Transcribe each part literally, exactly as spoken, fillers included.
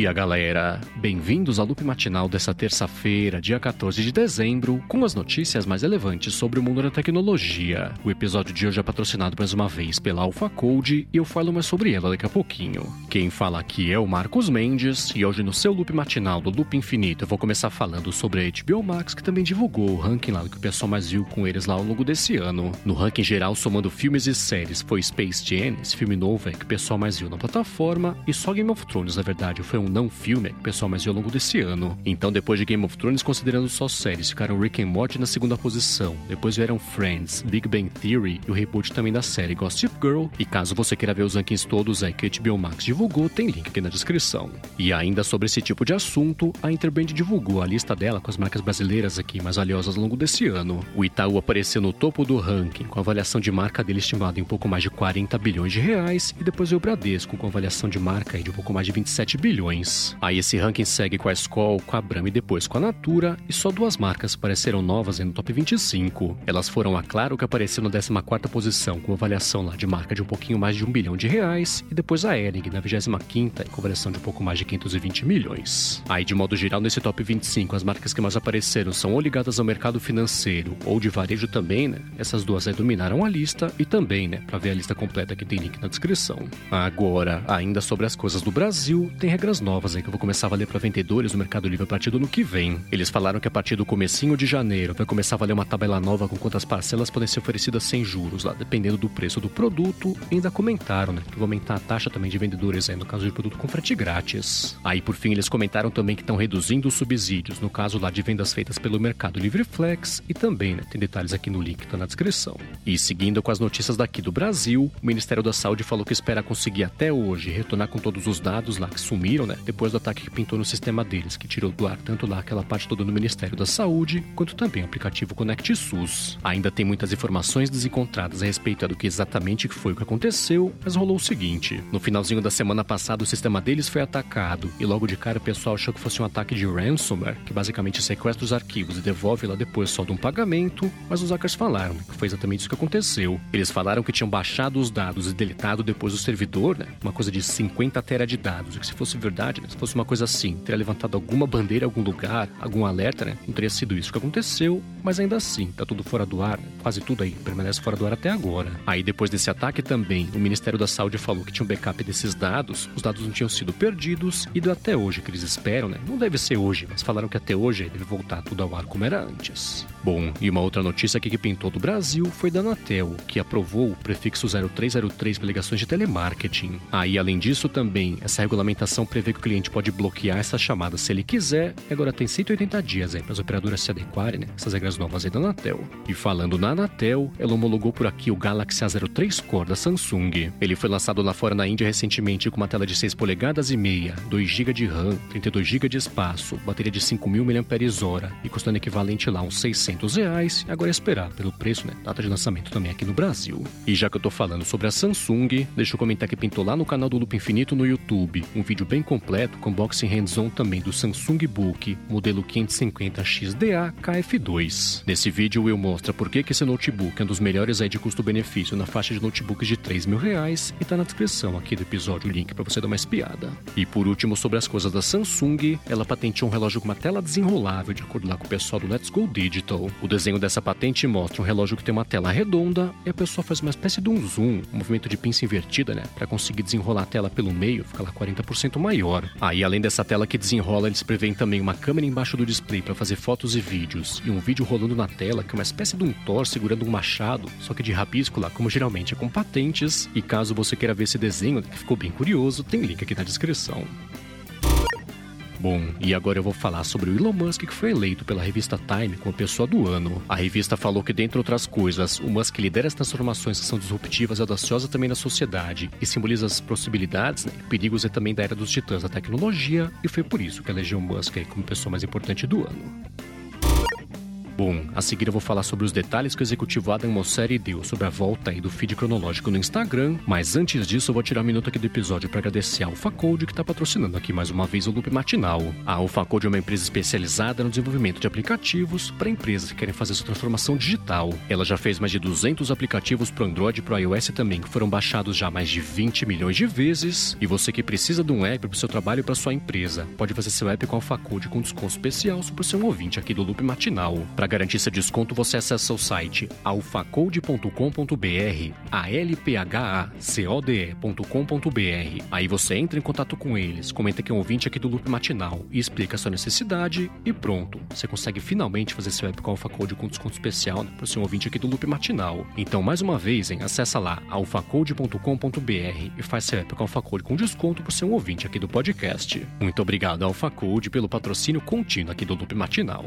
dia, galera! Bem-vindos ao loop matinal dessa terça-feira, dia quatorze de dezembro, com as notícias mais relevantes sobre o mundo da tecnologia. O episódio de hoje é patrocinado mais uma vez pela AlphaCode e eu falo mais sobre ela daqui a pouquinho. Quem fala aqui é o Marcos Mendes e hoje no seu loop matinal do Loop Infinito eu vou começar falando sobre a H B O Max, que também divulgou o ranking lá do que o pessoal mais viu com eles lá ao longo desse ano. No ranking geral, somando filmes e séries, foi Space Jam, esse filme novo é que o pessoal mais viu na plataforma, e só Game of Thrones, na verdade, foi um não filme que o pessoal mais viu ao longo desse ano. Então, depois de Game of Thrones, considerando só séries, ficaram Rick and Morty na segunda posição. Depois vieram Friends, Big Bang Theory e o reboot também da série Gossip Girl. E caso você queira ver os rankings todos aí que a H B O Max divulgou, tem link aqui na descrição. E ainda sobre esse tipo de assunto, a Interbrand divulgou a lista dela com as marcas brasileiras aqui mais valiosas ao longo desse ano. O Itaú apareceu no topo do ranking, com a avaliação de marca dele estimada em um pouco mais de quarenta bilhões de reais, e depois veio o Bradesco, com a avaliação de marca aí de um pouco mais de vinte e sete bilhões. Aí esse ranking segue com a Skol, com a Brahma e depois com a Natura, e só duas marcas apareceram novas aí no top vinte e cinco. Elas foram a Claro, que apareceu na décima quarta posição, com avaliação lá de marca de um pouquinho mais de um bilhão de reais, e depois a Hering na vigésima quinta, com avaliação de um pouco mais de quinhentos e vinte milhões. Aí, de modo geral, nesse top vinte e cinco, as marcas que mais apareceram são ou ligadas ao mercado financeiro, ou de varejo também, né? Essas duas aí dominaram a lista, e também, né, pra ver a lista completa que tem link na descrição. Agora, ainda sobre as coisas do Brasil, tem regras novas aí que eu vou começar a valer para vendedores no Mercado Livre a partir do ano que vem. Eles falaram que a partir do comecinho de janeiro vai começar a valer uma tabela nova com quantas parcelas podem ser oferecidas sem juros lá, dependendo do preço do produto, e ainda comentaram, né, que vão aumentar a taxa também de vendedores aí no caso de produto com frete grátis. Aí, por fim, eles comentaram também que estão reduzindo os subsídios, no caso lá de vendas feitas pelo Mercado Livre Flex, e também, né, tem detalhes aqui no link que tá na descrição. E seguindo com as notícias daqui do Brasil, o Ministério da Saúde falou que espera conseguir até hoje retornar com todos os dados lá que sumiram, né, depois do ataque que pintou no sistema deles, que tirou do ar tanto lá aquela parte toda do Ministério da Saúde, quanto também o aplicativo Conect SUS. Ainda tem muitas informações desencontradas a respeito do que exatamente foi o que aconteceu, mas rolou o seguinte: no finalzinho da semana passada o sistema deles foi atacado, e logo de cara o pessoal achou que fosse um ataque de ransomware, que basicamente sequestra os arquivos e devolve lá depois só de um pagamento, mas os hackers falaram que foi exatamente isso que aconteceu. Eles falaram que tinham baixado os dados e deletado depois do servidor, né, uma coisa de cinquenta tera de dados, e que se fosse verdade, né, se fosse uma coisa assim, teria levantado alguma bandeira em algum lugar, algum alerta, né, não teria sido isso que aconteceu, mas ainda assim, tá tudo fora do ar, né, quase tudo aí permanece fora do ar até agora. Aí depois desse ataque também, o Ministério da Saúde falou que tinha um backup desses dados, os dados não tinham sido perdidos, e do até hoje que eles esperam, né, não deve ser hoje, mas falaram que até hoje deve voltar tudo ao ar como era antes. Bom, e uma outra notícia aqui que pintou do Brasil foi da Anatel, que aprovou o prefixo zero três zero três para ligações de telemarketing. Aí, além disso, também, essa regulamentação prevê que o cliente pode bloquear essa chamada se ele quiser, e agora tem cento e oitenta dias aí para as operadoras se adequarem, né, essas regras novas aí da Anatel. E falando na Anatel, ela homologou por aqui o Galaxy A zero três Core da Samsung. Ele foi lançado lá fora na Índia recentemente com uma tela de seis polegadas e meia, dois gigas de RAM, trinta e dois gigas de espaço, bateria de cinco mil miliampères-hora e custando equivalente lá uns seiscentos reais, e agora é esperar pelo preço, né, data de lançamento também aqui no Brasil. E já que eu tô falando sobre a Samsung, deixa eu comentar que pintou lá no canal do Loop Infinito no YouTube um vídeo bem completo com unboxing hands-on também do Samsung Book modelo quinhentos e cinquenta X D A K F dois. Nesse vídeo eu mostro por que que esse notebook é um dos melhores aí de custo-benefício na faixa de notebooks de três mil reais, e tá na descrição aqui do episódio o link pra você dar uma espiada. E por último, sobre as coisas da Samsung, ela patenteou um relógio com uma tela desenrolável, de acordo lá com o pessoal do Let's Go Digital. O desenho dessa patente mostra um relógio que tem uma tela redonda, e a pessoa faz uma espécie de um zoom, um movimento de pinça invertida, né, pra conseguir desenrolar a tela pelo meio, fica lá quarenta por cento maior. Aí, além dessa tela que desenrola, eles prevêem também uma câmera embaixo do display para fazer fotos e vídeos, e um vídeo rolando na tela, que é uma espécie de um Thor segurando um machado, só que de rabisco lá, como geralmente é com patentes. E caso você queira ver esse desenho, que ficou bem curioso, tem link aqui na descrição. Bom, e agora eu vou falar sobre o Elon Musk, que foi eleito pela revista Time como pessoa do ano. A revista falou que, dentre outras coisas, o Musk lidera as transformações que são disruptivas e audaciosas também na sociedade, e simboliza as possibilidades, né, perigos e também da era dos titãs da tecnologia, e foi por isso que elegeu o Musk aí como pessoa mais importante do ano. Bom, a seguir eu vou falar sobre os detalhes que o executivo Adam Mosseri deu sobre a volta aí do feed cronológico no Instagram, mas antes disso eu vou tirar um minuto aqui do episódio para agradecer a AlphaCode que está patrocinando aqui mais uma vez o Loop Matinal. A AlphaCode é uma empresa especializada no desenvolvimento de aplicativos para empresas que querem fazer sua transformação digital. Ela já fez mais de duzentos aplicativos para o Android e para o iOS também, que foram baixados já mais de vinte milhões de vezes. E você que precisa de um app para o seu trabalho e para sua empresa, pode fazer seu app com a AlphaCode com desconto especial para o seu ouvinte aqui do Loop Matinal. Para garantir seu desconto, você acessa o site alphacode ponto com ponto b r, a l p h a c o d e ponto com ponto b r. Aí você entra em contato com eles, comenta que é um ouvinte aqui do Loop Matinal e explica a sua necessidade e pronto. Você consegue finalmente fazer seu app com a AlphaCode com desconto especial, né, para o seu ouvinte aqui do Loop Matinal. Então, mais uma vez, hein, acessa lá alphacode ponto com ponto b r e faz seu app com a AlphaCode com desconto para o seu ouvinte aqui do podcast. Muito obrigado, AlphaCode, pelo patrocínio contínuo aqui do Loop Matinal.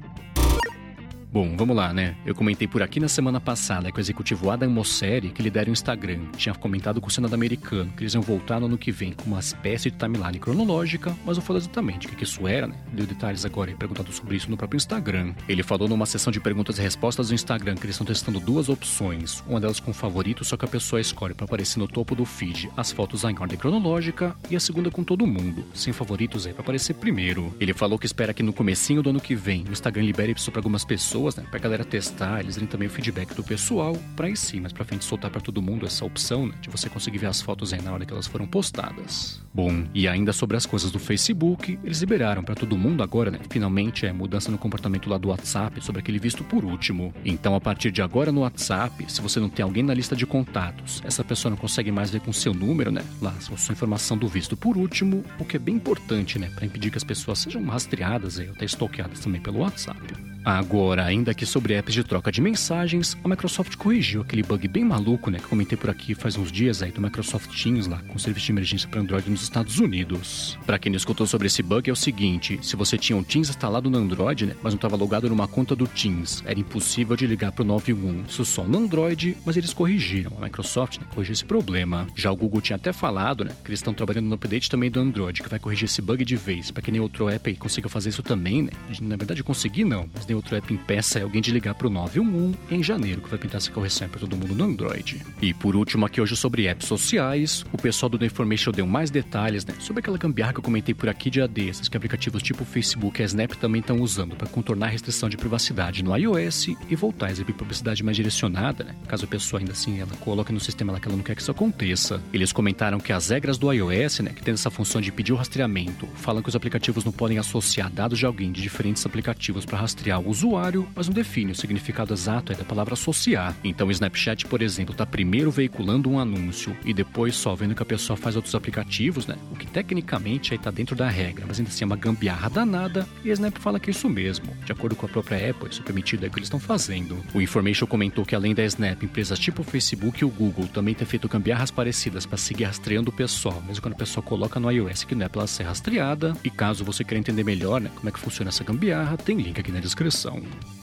Bom, vamos lá, né? Eu comentei por aqui na semana passada que o executivo Adam Mosseri, que lidera o Instagram, tinha comentado com o Senado americano que eles iam voltar no ano que vem com uma espécie de timeline cronológica, mas não falou exatamente o que isso era, né? Deu detalhes agora e perguntado sobre isso no próprio Instagram. Ele falou numa sessão de perguntas e respostas do Instagram que eles estão testando duas opções, uma delas com favorito, só que a pessoa escolhe para aparecer no topo do feed as fotos em ordem cronológica, e a segunda com todo mundo, sem favoritos aí para aparecer primeiro. Ele falou que espera que no comecinho do ano que vem o Instagram libere isso para algumas pessoas, né, pra galera testar, eles terem também o feedback do pessoal, pra aí sim, mas pra frente soltar pra todo mundo essa opção, né, de você conseguir ver as fotos aí na hora que elas foram postadas. Bom, e ainda sobre as coisas do Facebook, eles liberaram pra todo mundo agora, né, finalmente é mudança no comportamento lá do WhatsApp, sobre aquele visto por último. Então, a partir de agora no WhatsApp, se você não tem alguém na lista de contatos, essa pessoa não consegue mais ver com seu número, né, lá, a sua informação do visto por último, o que é bem importante, né, pra impedir que as pessoas sejam rastreadas aí, ou até stalkeadas também pelo WhatsApp. Agora, ainda aqui sobre apps de troca de mensagens, a Microsoft corrigiu aquele bug bem maluco, né, que eu comentei por aqui faz uns dias aí do Microsoft Teams lá, com serviço de emergência para Android nos Estados Unidos. Para quem não escutou sobre esse bug, é o seguinte: se você tinha um Teams instalado no Android, né, mas não estava logado numa conta do Teams, era impossível de ligar para o nove um um, isso só no Android, mas eles corrigiram, a Microsoft, né, corrigiu esse problema. Já o Google tinha até falado, né, que eles estão trabalhando no update também do Android, que vai corrigir esse bug de vez, para que nem outro app aí consiga fazer isso também, né, na verdade conseguir não, mas nem outro app impeça alguém de ligar para o nove um um em janeiro, que vai pintar essa correção para todo mundo no Android. E por último aqui hoje sobre apps sociais, o pessoal do The Information deu mais detalhes, né, sobre aquela gambiarra que eu comentei por aqui de A D, essas que aplicativos tipo o Facebook e a Snap também estão usando para contornar a restrição de privacidade no iOS e voltar a exibir publicidade mais direcionada, né, caso a pessoa ainda assim ela coloque no sistema lá que ela não quer que isso aconteça. Eles comentaram que as regras do iOS, né, que tem essa função de pedir o rastreamento, falam que os aplicativos não podem associar dados de alguém de diferentes aplicativos para rastrear o usuário, mas não define o significado exato aí da palavra associar. Então o Snapchat, por exemplo, está primeiro veiculando um anúncio e depois só vendo que a pessoa faz outros aplicativos, né? O que tecnicamente aí tá dentro da regra, mas ainda assim é uma gambiarra danada, e a Snap fala que é isso mesmo. De acordo com a própria Apple, isso é permitido, é o que eles estão fazendo. O Information comentou que além da Snap, empresas tipo o Facebook e o Google também têm feito gambiarras parecidas para seguir rastreando o pessoal, mesmo quando a pessoa coloca no iOS que não é para ela ser rastreada. E caso você queira entender melhor, né, como é que funciona essa gambiarra, tem link aqui na descrição.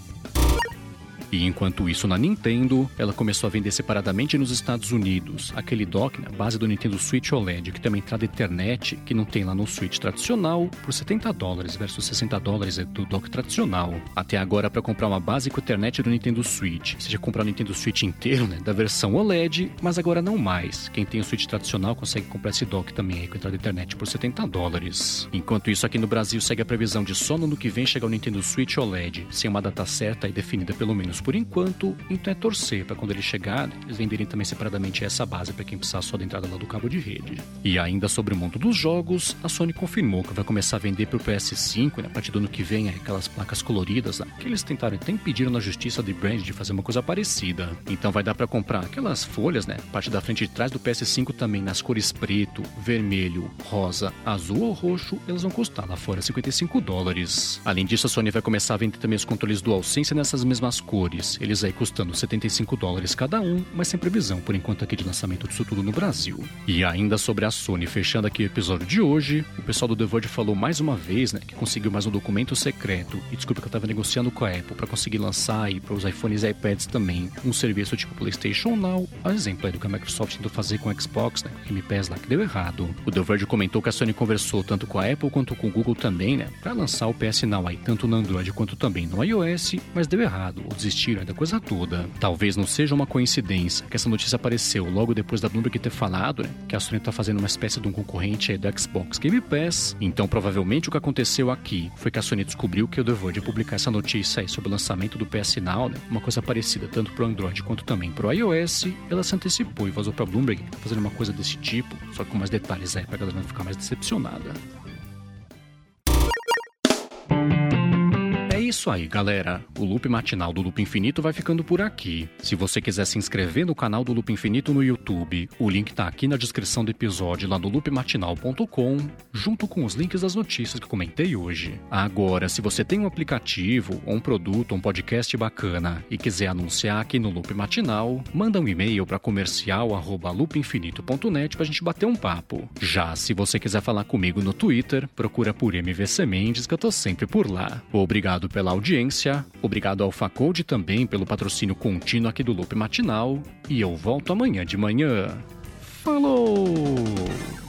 E enquanto isso, na Nintendo, ela começou a vender separadamente nos Estados Unidos aquele dock, né, base do Nintendo Switch O L E D, que tem uma entrada Ethernet que não tem lá no Switch tradicional, por setenta dólares versus sessenta dólares do dock tradicional. Até agora, para comprar uma base com Ethernet do Nintendo Switch, seja comprar o Nintendo Switch inteiro, né, da versão O L E D, mas agora não mais. Quem tem o Switch tradicional consegue comprar esse dock também aí com entrada Ethernet por setenta dólares. Enquanto isso, aqui no Brasil segue a previsão de só no ano que vem chegar o Nintendo Switch O L E D, sem uma data certa e definida pelo menos por enquanto, então é torcer para quando ele chegar, né, eles venderem também separadamente essa base para quem precisar só da entrada lá do cabo de rede. E ainda sobre o mundo dos jogos, a Sony confirmou que vai começar a vender para o P S cinco, né, a partir do ano que vem, aquelas placas coloridas, né, que eles tentaram, até pediram na justiça de brand de fazer uma coisa parecida. Então vai dar para comprar aquelas folhas, né, parte da frente e de trás do P S cinco também nas cores preto, vermelho, rosa, azul ou roxo, elas vão custar lá fora cinquenta e cinco dólares. Além disso, a Sony vai começar a vender também os controles DualSense nessas mesmas cores, computadores, eles aí custando setenta e cinco dólares cada um, mas sem previsão por enquanto aqui de lançamento disso tudo no Brasil. E ainda sobre a Sony, fechando aqui o episódio de hoje, o pessoal do The Verge falou mais uma vez, né, que conseguiu mais um documento secreto, e desculpa que eu tava negociando com a Apple para conseguir lançar aí para os iPhones e iPads também um serviço tipo PlayStation Now, a exemplo aí do que a Microsoft tentou fazer com o Xbox, né, com o Game Pass lá que deu errado. O The Verge comentou que a Sony conversou tanto com a Apple quanto com o Google também, né, para lançar o P S Now aí tanto no Android quanto também no iOS, mas deu errado, ou desistiram da coisa toda. Talvez não seja uma coincidência que essa notícia apareceu logo depois da Bloomberg ter falado, né, que a Sony tá fazendo uma espécie de um concorrente aí do Xbox Game Pass. Então provavelmente o que aconteceu aqui foi que a Sony descobriu que o The Verge ia publicar essa notícia aí sobre o lançamento do P S Now, né, uma coisa parecida tanto pro Android quanto também pro iOS. Ela se antecipou e vazou pra Bloomberg fazendo uma coisa desse tipo, só que com mais detalhes aí pra galera não ficar mais decepcionada. É isso aí, galera. O Loop Matinal do Loop Infinito vai ficando por aqui. Se você quiser se inscrever no canal do Loop Infinito no YouTube, o link tá aqui na descrição do episódio lá no loop matinal ponto com, junto com os links das notícias que comentei hoje. Agora, se você tem um aplicativo, ou um produto, ou um podcast bacana e quiser anunciar aqui no Loop Matinal, manda um e-mail para comercial arroba loop infinito ponto net pra gente bater um papo. Já se você quiser falar comigo no Twitter, procura por M V C Mendes que eu tô sempre por lá. Obrigado pela audiência, obrigado ao Facode também pelo patrocínio contínuo aqui do Loop Matinal, e eu volto amanhã de manhã. Falou!